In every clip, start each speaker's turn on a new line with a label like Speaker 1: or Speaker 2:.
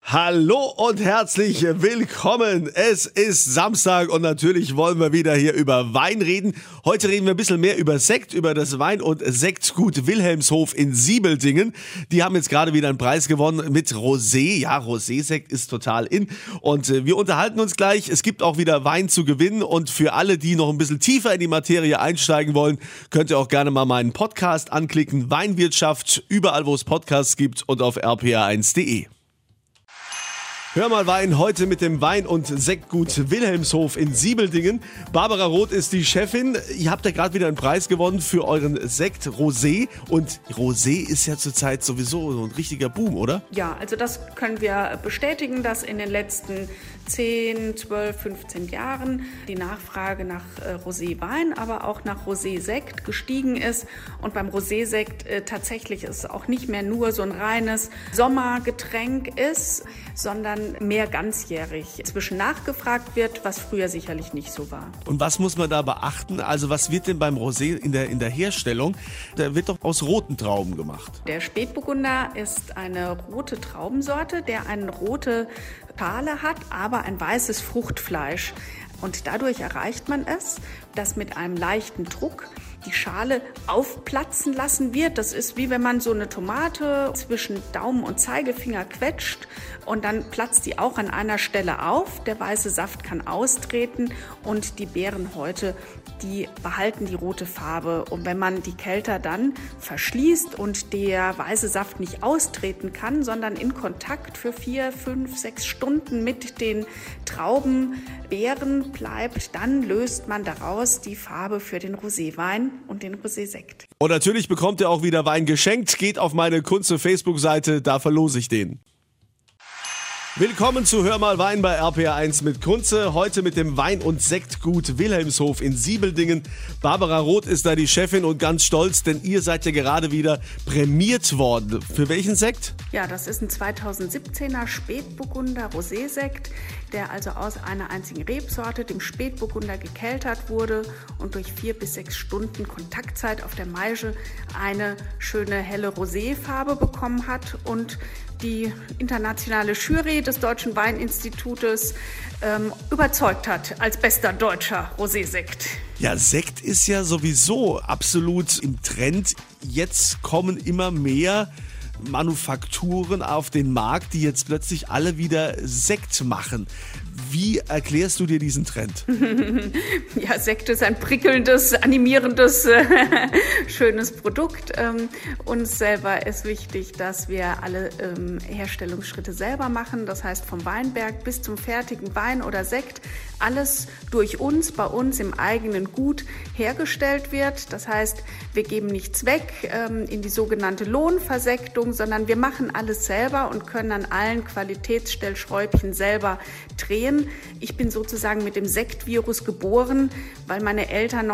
Speaker 1: Hallo und herzlich willkommen. Es ist Samstag und natürlich wollen wir wieder hier über Wein reden. Heute reden wir ein bisschen mehr über Sekt, über das Wein- und Sektgut Wilhelmshof in Siebeldingen. Die haben jetzt gerade wieder einen Preis gewonnen mit Rosé. Ja, Rosé-Sekt ist total in. Und wir unterhalten uns gleich. Es gibt auch wieder Wein zu gewinnen. Und für alle, die noch ein bisschen tiefer in die Materie einsteigen wollen, könnt ihr auch gerne mal meinen Podcast anklicken. Weinwirtschaft, überall wo es Podcasts gibt und auf rpa1.de. Hör mal Wein, heute mit dem Wein- und Sektgut Wilhelmshof in Siebeldingen. Barbara Roth ist die Chefin. Ihr habt ja gerade wieder einen Preis gewonnen für euren Sekt Rosé. Und Rosé ist ja zurzeit sowieso so ein richtiger Boom, oder?
Speaker 2: Ja, also das können wir bestätigen, dass in den letzten 10, 12, 15 Jahren die Nachfrage nach Roséwein, aber auch nach Rosé-Sekt gestiegen ist. Und beim Rosé-Sekt tatsächlich es auch nicht mehr nur so ein reines Sommergetränk ist, sondern mehr ganzjährig inzwischen nachgefragt wird, was früher sicherlich nicht so war.
Speaker 1: Und was muss man da beachten? Also was wird denn beim Rosé in der Herstellung? Der wird doch aus roten Trauben gemacht.
Speaker 2: Der Spätburgunder ist eine rote Traubensorte, der eine rote Schale hat, aber ein weißes Fruchtfleisch. Und dadurch erreicht man es, dass mit einem leichten Druck die Schale aufplatzen lassen wird. Das ist wie wenn man so eine Tomate zwischen Daumen und Zeigefinger quetscht und dann platzt die auch an einer Stelle auf. Der weiße Saft kann austreten und die Beerenhäute, die behalten die rote Farbe. Und wenn man die Kelter dann verschließt und der weiße Saft nicht austreten kann, sondern in Kontakt für 4, 5, 6 Stunden mit den Traubenbeeren bleibt, dann löst man daraus die Farbe für den Roséwein und den Rosé-Sekt.
Speaker 1: Und natürlich bekommt ihr auch wieder Wein geschenkt. Geht auf meine Kunze Facebook-Seite, da verlose ich den. Willkommen zu Hör mal Wein bei RPA1 mit Kunze. Heute mit dem Wein- und Sektgut Wilhelmshof in Siebeldingen. Barbara Roth ist da die Chefin und ganz stolz, denn ihr seid ja gerade wieder prämiert worden. Für welchen Sekt?
Speaker 2: Ja, das ist ein 2017er Spätburgunder Rosé-Sekt, der also aus einer einzigen Rebsorte, dem Spätburgunder, gekeltert wurde und durch 4 bis 6 Stunden Kontaktzeit auf der Maische eine schöne helle Roséfarbe bekommen hat und die internationale Jury des Deutschen Weininstitutes überzeugt hat als bester deutscher Rosé-Sekt.
Speaker 1: Ja, Sekt ist ja sowieso absolut im Trend. Jetzt kommen immer mehr Manufakturen auf den Markt, die jetzt plötzlich alle wieder Sekt machen. Wie erklärst du dir diesen Trend?
Speaker 2: Ja, Sekt ist ein prickelndes, animierendes, schönes Produkt. Uns selber ist wichtig, dass wir alle Herstellungsschritte selber machen. Das heißt, vom Weinberg bis zum fertigen Wein oder Sekt, alles durch uns, bei uns im eigenen Gut hergestellt wird. Das heißt, wir geben nichts weg in die sogenannte Lohnversektung, sondern wir machen alles selber und können an allen Qualitätsstellschräubchen selber drehen. Ich bin sozusagen mit dem Sektvirus geboren, weil meine Eltern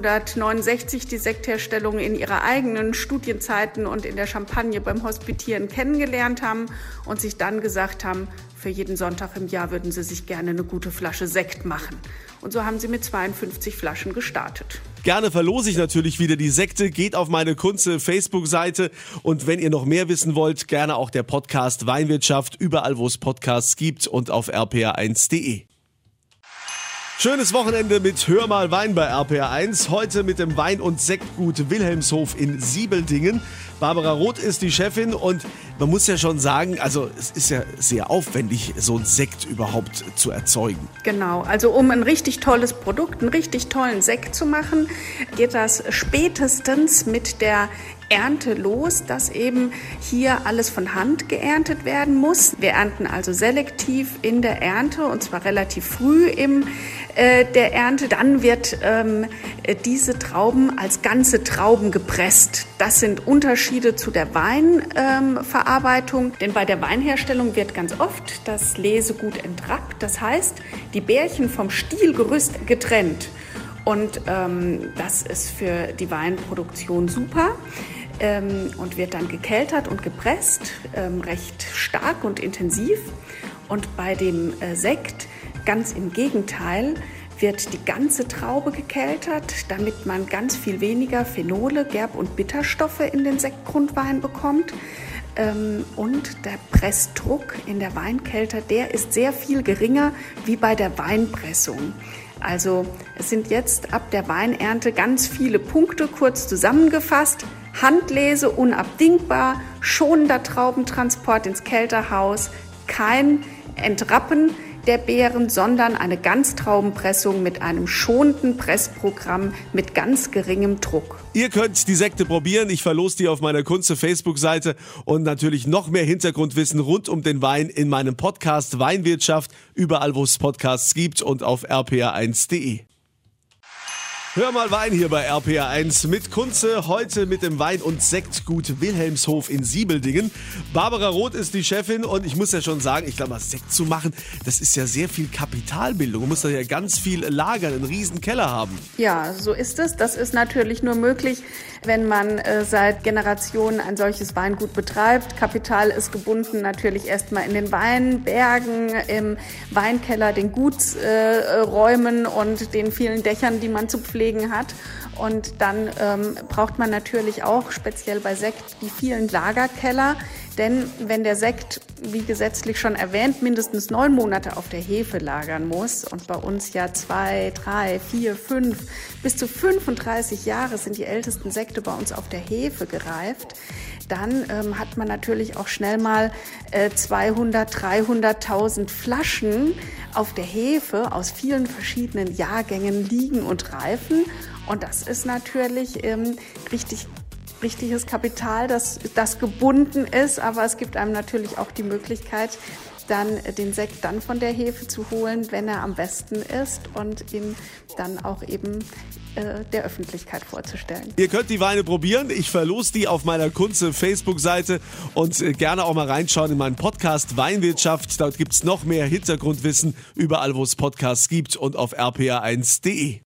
Speaker 2: 1969 die Sektherstellung in ihrer eigenen Studienzeiten und in der Champagne beim Hospitieren kennengelernt haben und sich dann gesagt haben, für jeden Sonntag im Jahr würden sie sich gerne eine gute Flasche Sekt machen. Und so haben sie mit 52 Flaschen gestartet.
Speaker 1: Gerne verlose ich natürlich wieder die Sekte. Geht auf meine Kunze Facebook-Seite. Und wenn ihr noch mehr wissen wollt, gerne auch der Podcast Weinwirtschaft, überall wo es Podcasts gibt und auf rpa1.de. Schönes Wochenende mit Hör mal Wein bei RPA1. Heute mit dem Wein- und Sektgut Wilhelmshof in Siebeldingen. Barbara Roth ist die Chefin und man muss ja schon sagen, also es ist ja sehr aufwendig, so ein Sekt überhaupt zu erzeugen.
Speaker 2: Genau, also um ein richtig tolles Produkt, einen richtig tollen Sekt zu machen, geht das spätestens mit der Ernte los, dass eben hier alles von Hand geerntet werden muss. Wir ernten also selektiv in der Ernte und zwar relativ früh der Ernte. Dann wird diese Trauben als ganze Trauben gepresst. Das sind Unterschiede zu der Weinverarbeitung, denn bei der Weinherstellung wird ganz oft das Lesegut entrappt. Das heißt, die Bärchen vom Stielgerüst getrennt. Und das ist für die Weinproduktion super und wird dann gekeltert und gepresst, recht stark und intensiv. Und bei dem Sekt ganz im Gegenteil wird die ganze Traube gekeltert, damit man ganz viel weniger Phenole, Gerb- und Bitterstoffe in den Sektgrundwein bekommt. Und der Pressdruck in der Weinkelter, der ist sehr viel geringer wie bei der Weinpressung. Also es sind jetzt ab der Weinernte ganz viele Punkte kurz zusammengefasst. Handlese unabdingbar, schonender Traubentransport ins Kelterhaus, kein Entrappen der Beeren, sondern eine Ganztraubenpressung mit einem schonenden Pressprogramm mit ganz geringem Druck.
Speaker 1: Ihr könnt die Sekte probieren. Ich verlose die auf meiner Kunze Facebook-Seite und natürlich noch mehr Hintergrundwissen rund um den Wein in meinem Podcast Weinwirtschaft, überall wo es Podcasts gibt und auf rpa1.de. Hör mal Wein hier bei RPA1 mit Kunze, heute mit dem Wein- und Sektgut Wilhelmshof in Siebeldingen. Barbara Roth ist die Chefin und ich muss ja schon sagen, ich glaube, Sekt zu machen, das ist ja sehr viel Kapitalbildung. Man muss da ja ganz viel lagern, einen riesen Keller haben.
Speaker 2: Ja, so ist es. Das ist natürlich nur möglich, wenn man seit Generationen ein solches Weingut betreibt. Kapital ist gebunden natürlich erstmal in den Weinbergen, im Weinkeller, den Gutsräumen und den vielen Dächern, die man zu pflegen hat. Und dann braucht man natürlich auch speziell bei Sekt die vielen Lagerkeller. Denn wenn der Sekt, wie gesetzlich schon erwähnt, mindestens 9 Monate auf der Hefe lagern muss und bei uns ja 2, 3, 4, 5 bis zu 35 Jahre sind die ältesten Sekte bei uns auf der Hefe gereift, dann hat man natürlich auch schnell mal 200, 300.000 Flaschen auf der Hefe aus vielen verschiedenen Jahrgängen liegen und reifen. Und das ist natürlich richtiges Kapital, das gebunden ist, aber es gibt einem natürlich auch die Möglichkeit, dann den Sekt dann von der Hefe zu holen, wenn er am besten ist und ihn dann auch eben der Öffentlichkeit vorzustellen.
Speaker 1: Ihr könnt die Weine probieren. Ich verlose die auf meiner Kunze Facebook-Seite und gerne auch mal reinschauen in meinen Podcast Weinwirtschaft. Dort gibt es noch mehr Hintergrundwissen überall, wo es Podcasts gibt und auf rpa1.de.